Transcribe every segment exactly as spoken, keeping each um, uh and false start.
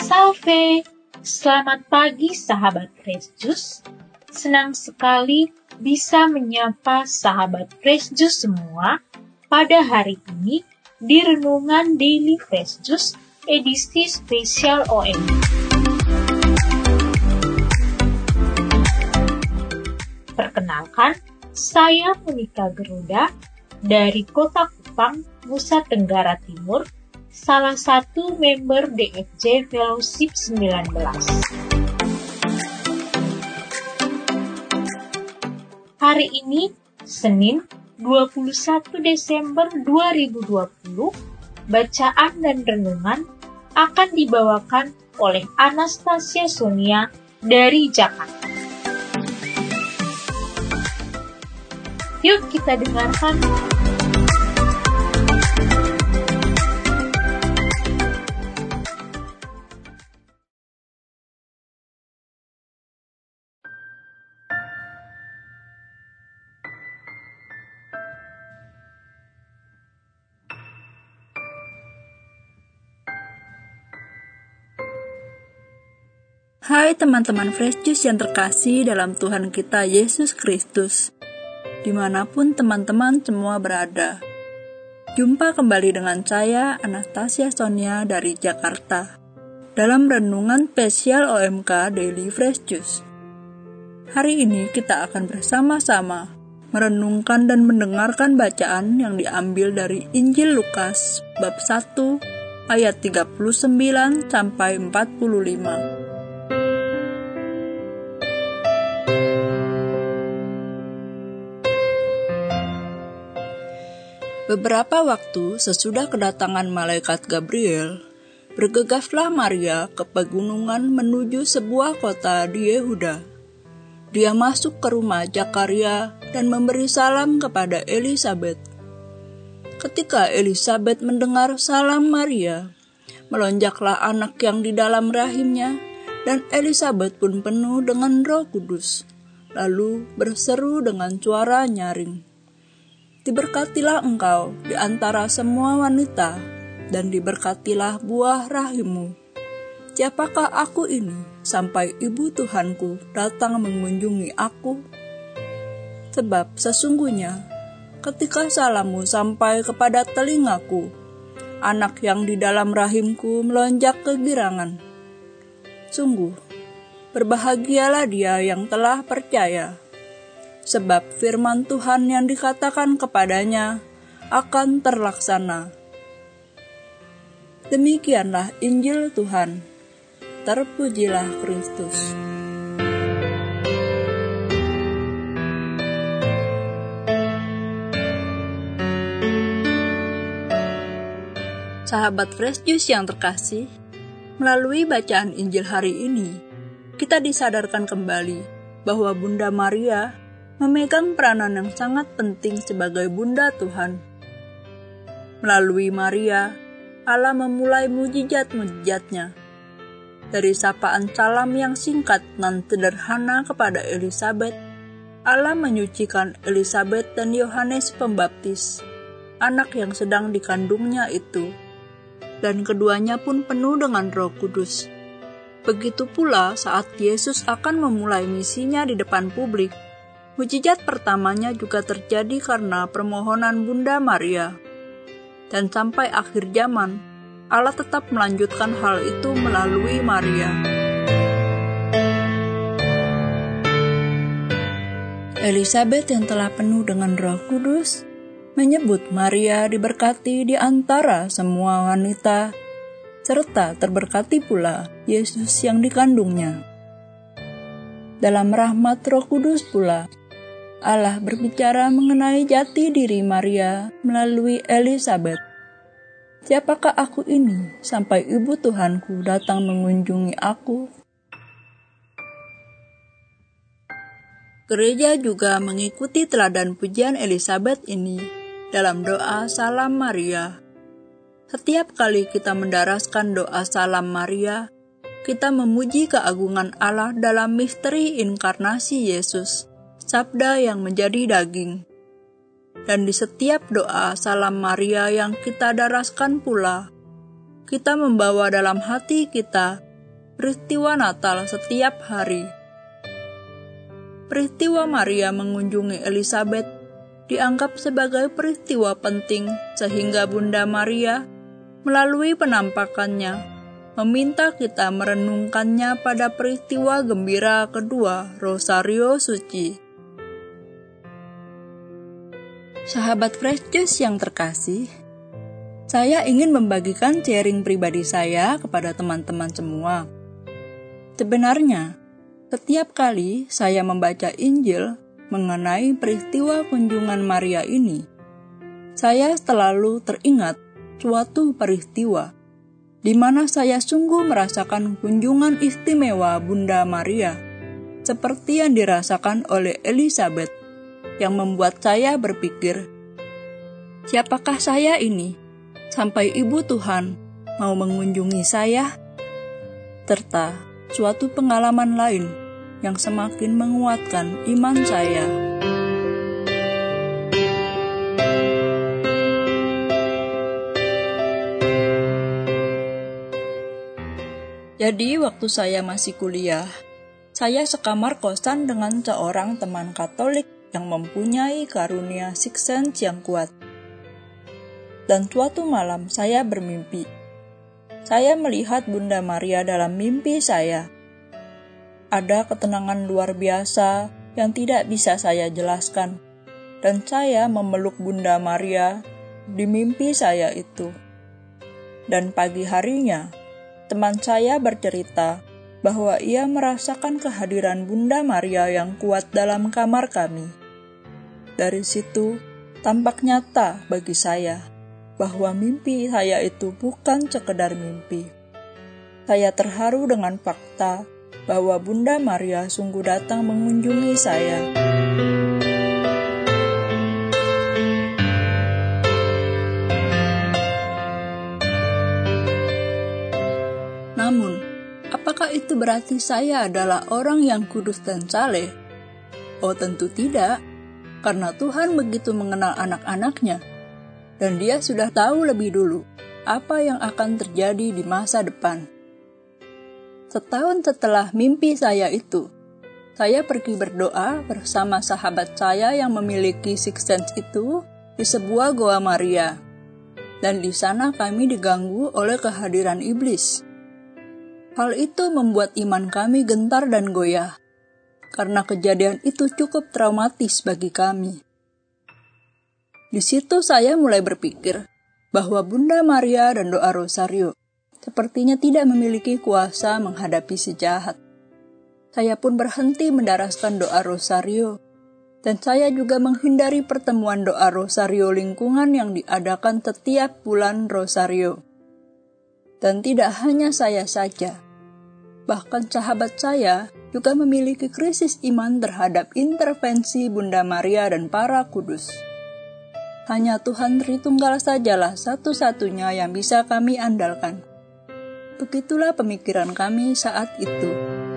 Salve, selamat pagi sahabat Fresh Juice. Senang sekali bisa menyapa sahabat Fresh Juice semua pada hari ini di Renungan Daily Fresh Juice edisi spesial O M K. Perkenalkan, saya Monika Geruda dari Kota Kupang, Nusa Tenggara Timur, salah satu member D F J Fellowship sembilan belas. Hari ini, Senin dua puluh satu Desember dua ribu dua puluh, bacaan dan renungan akan dibawakan oleh Anastasia Sonia dari Jakarta. Yuk kita dengarkan. Hai teman-teman Fresh Juice yang terkasih dalam Tuhan kita Yesus Kristus, dimanapun teman-teman semua berada. Jumpa kembali dengan saya, Anastasia Sonia dari Jakarta, dalam Renungan Spesial O M K Daily Fresh Juice. Hari ini kita akan bersama-sama merenungkan dan mendengarkan bacaan yang diambil dari Injil Lukas bab satu ayat tiga puluh sembilan sampai empat puluh lima. Beberapa waktu sesudah kedatangan malaikat Gabriel, bergegaslah Maria ke pegunungan menuju sebuah kota di Yehuda. Dia masuk ke rumah Zakaria dan memberi salam kepada Elisabet. Ketika Elisabet mendengar salam Maria, melonjaklah anak yang di dalam rahimnya, dan Elisabet pun penuh dengan Roh Kudus, lalu berseru dengan suara nyaring, "Diberkatilah engkau di antara semua wanita, dan diberkatilah buah rahimmu. Siapakah aku ini sampai ibu Tuhanku datang mengunjungi aku? Sebab sesungguhnya ketika salammu sampai kepada telingaku, anak yang di dalam rahimku melonjak kegirangan. Sungguh, berbahagialah dia yang telah percaya, sebab firman Tuhan yang dikatakan kepadanya akan terlaksana." Demikianlah Injil Tuhan. Terpujilah Kristus. Sahabat Fresh Juice yang terkasih, melalui bacaan Injil hari ini, kita disadarkan kembali bahwa Bunda Maria memegang peranan yang sangat penting sebagai Bunda Tuhan. Melalui Maria, Allah memulai mujizat-mujizatnya. Dari sapaan salam yang singkat dan sederhana kepada Elisabet, Allah menyucikan Elisabet dan Yohanes Pembaptis, anak yang sedang dikandungnya itu, dan keduanya pun penuh dengan Roh Kudus. Begitu pula saat Yesus akan memulai misinya di depan publik, mujizat pertamanya juga terjadi karena permohonan Bunda Maria. Dan sampai akhir zaman, Allah tetap melanjutkan hal itu melalui Maria. Elisabet yang telah penuh dengan Roh Kudus menyebut Maria diberkati di antara semua wanita, serta terberkati pula Yesus yang dikandungnya. Dalam rahmat Roh Kudus pula, Allah berbicara mengenai jati diri Maria melalui Elisabet. Siapakah aku ini sampai ibu Tuhanku datang mengunjungi aku? Gereja juga mengikuti teladan pujian Elisabet ini dalam doa Salam Maria. Setiap kali kita mendaraskan doa Salam Maria, kita memuji keagungan Allah dalam misteri inkarnasi Yesus, Sabda yang menjadi daging. Dan di setiap doa Salam Maria yang kita daraskan pula, kita membawa dalam hati kita peristiwa Natal setiap hari. Peristiwa Maria mengunjungi Elizabeth dianggap sebagai peristiwa penting sehingga Bunda Maria melalui penampakannya meminta kita merenungkannya pada peristiwa gembira kedua Rosario Suci. Sahabat Fresh Juice yang terkasih, saya ingin membagikan sharing pribadi saya kepada teman-teman semua. Sebenarnya, setiap kali saya membaca Injil mengenai peristiwa kunjungan Maria ini, saya selalu teringat suatu peristiwa di mana saya sungguh merasakan kunjungan istimewa Bunda Maria, seperti yang dirasakan oleh Elizabeth, yang membuat saya berpikir, siapakah saya ini sampai Ibu Tuhan mau mengunjungi saya? Serta suatu pengalaman lain yang semakin menguatkan iman saya. Jadi waktu saya masih kuliah, saya sekamar kosan dengan seorang teman Katolik yang mempunyai karunia sixth sense yang kuat. Dan suatu malam saya bermimpi. Saya melihat Bunda Maria dalam mimpi saya. Ada ketenangan luar biasa yang tidak bisa saya jelaskan, dan saya memeluk Bunda Maria di mimpi saya itu. Dan pagi harinya, teman saya bercerita bahwa ia merasakan kehadiran Bunda Maria yang kuat dalam kamar kami. Dari situ, tampak nyata bagi saya bahwa mimpi saya itu bukan sekedar mimpi. Saya terharu dengan fakta bahwa Bunda Maria sungguh datang mengunjungi saya. Namun, apakah itu berarti saya adalah orang yang kudus dan saleh? Oh, tentu tidak, karena Tuhan begitu mengenal anak-anaknya. Dan dia sudah tahu lebih dulu apa yang akan terjadi di masa depan. Setahun setelah mimpi saya itu, saya pergi berdoa bersama sahabat saya yang memiliki sixth sense itu di sebuah goa Maria. Dan di sana kami diganggu oleh kehadiran iblis. Hal itu membuat iman kami gentar dan goyah, karena kejadian itu cukup traumatis bagi kami. Di situ saya mulai berpikir bahwa Bunda Maria dan doa Rosario sepertinya tidak memiliki kuasa menghadapi si jahat. Saya pun berhenti mendaraskan doa Rosario, dan saya juga menghindari pertemuan doa Rosario lingkungan yang diadakan setiap bulan Rosario. Dan tidak hanya saya saja, bahkan sahabat saya juga memiliki krisis iman terhadap intervensi Bunda Maria dan para kudus. Hanya Tuhan Tritunggal sajalah satu-satunya yang bisa kami andalkan. Begitulah pemikiran kami saat itu.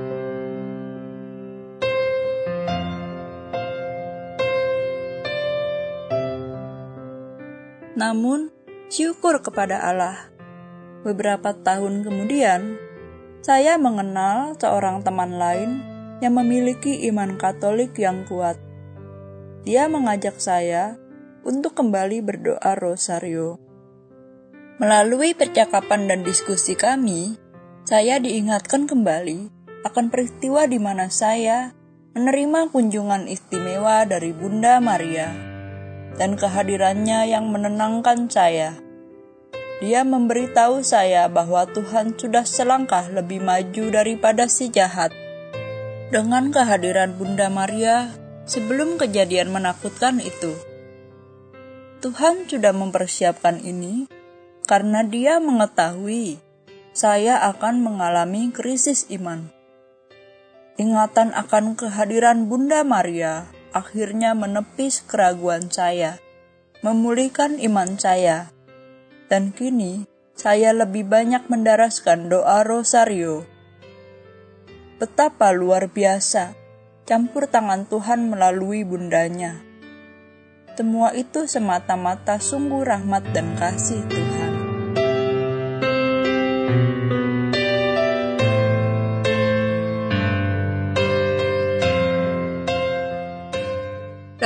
Namun, syukur kepada Allah. Beberapa tahun kemudian, saya mengenal seorang teman lain yang memiliki iman Katolik yang kuat. Dia mengajak saya untuk kembali berdoa Rosario. Melalui percakapan dan diskusi kami, saya diingatkan kembali akan peristiwa di mana saya menerima kunjungan istimewa dari Bunda Maria dan kehadirannya yang menenangkan saya. Dia memberitahu saya bahwa Tuhan sudah selangkah lebih maju daripada si jahat. Dengan kehadiran Bunda Maria sebelum kejadian menakutkan itu, Tuhan sudah mempersiapkan ini karena Dia mengetahui saya akan mengalami krisis iman. Ingatan akan kehadiran Bunda Maria akhirnya menepis keraguan saya, memulihkan iman saya, dan kini saya lebih banyak mendaraskan doa Rosario. Betapa luar biasa campur tangan Tuhan melalui bundanya. Semua itu semata-mata sungguh rahmat dan kasih Tuhan.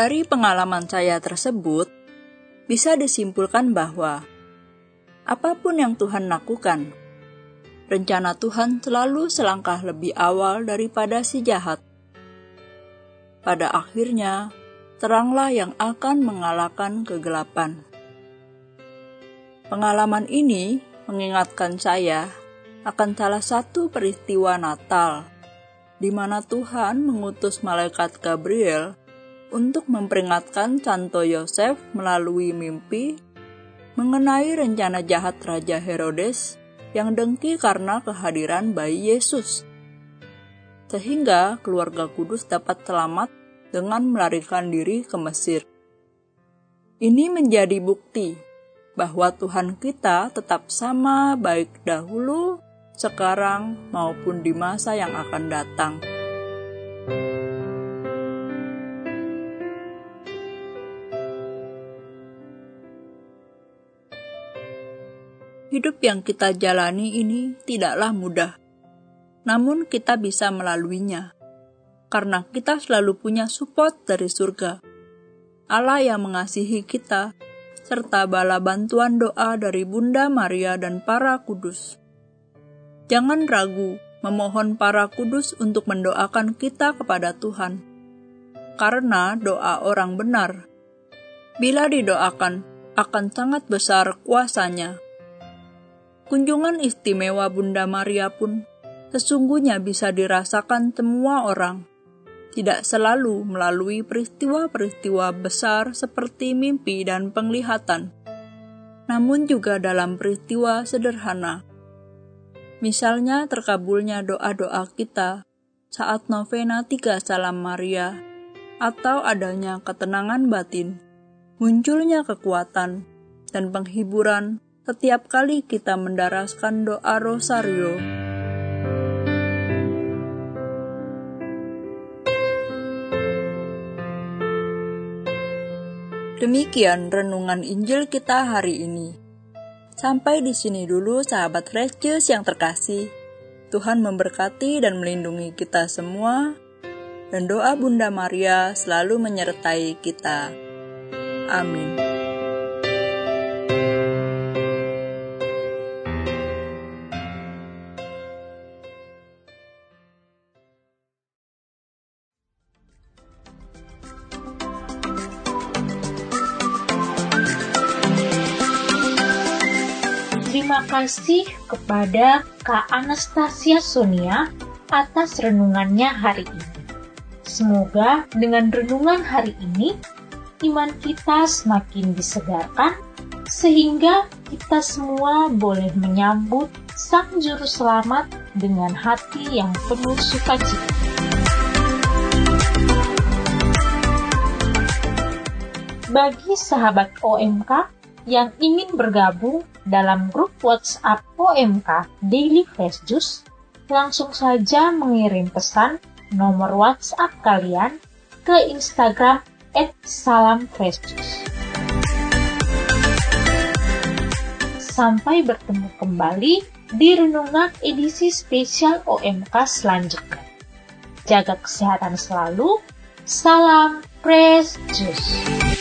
Dari pengalaman saya tersebut, bisa disimpulkan bahwa apapun yang Tuhan lakukan, rencana Tuhan selalu selangkah lebih awal daripada si jahat. Pada akhirnya, teranglah yang akan mengalahkan kegelapan. Pengalaman ini mengingatkan saya akan salah satu peristiwa Natal, di mana Tuhan mengutus malaikat Gabriel untuk memperingatkan Santo Yosef melalui mimpi mengenai rencana jahat Raja Herodes yang dengki karena kehadiran bayi Yesus, sehingga keluarga kudus dapat selamat dengan melarikan diri ke Mesir. Ini menjadi bukti bahwa Tuhan kita tetap sama baik dahulu, sekarang, maupun di masa yang akan datang. Hidup yang kita jalani ini tidaklah mudah, namun kita bisa melaluinya, karena kita selalu punya support dari surga, Allah yang mengasihi kita, serta bala bantuan doa dari Bunda Maria dan para kudus. Jangan ragu memohon para kudus untuk mendoakan kita kepada Tuhan, karena doa orang benar, bila didoakan, akan sangat besar kuasanya. Kunjungan istimewa Bunda Maria pun sesungguhnya bisa dirasakan semua orang, tidak selalu melalui peristiwa-peristiwa besar seperti mimpi dan penglihatan, namun juga dalam peristiwa sederhana. Misalnya terkabulnya doa-doa kita saat novena tiga Salam Maria, atau adanya ketenangan batin, munculnya kekuatan, dan penghiburan setiap kali kita mendaraskan doa rosario. Demikian renungan Injil kita hari ini. Sampai di sini dulu sahabat Fresh Juice yang terkasih. Tuhan memberkati dan melindungi kita semua, dan doa Bunda Maria selalu menyertai kita. Amin. Terima kasih kepada Kak Anastasia Sonia atas renungannya hari ini. Semoga dengan renungan hari ini, iman kita semakin disegarkan, sehingga kita semua boleh menyambut Sang Juru Selamat dengan hati yang penuh sukacita. Bagi sahabat O M K yang ingin bergabung dalam grup WhatsApp O M K Daily Fresh Juice, langsung saja mengirim pesan nomor WhatsApp kalian ke Instagram et salam fresh juice. Sampai bertemu kembali di renungan edisi spesial O M K selanjutnya. Jaga kesehatan selalu. Salam Fresh Juice.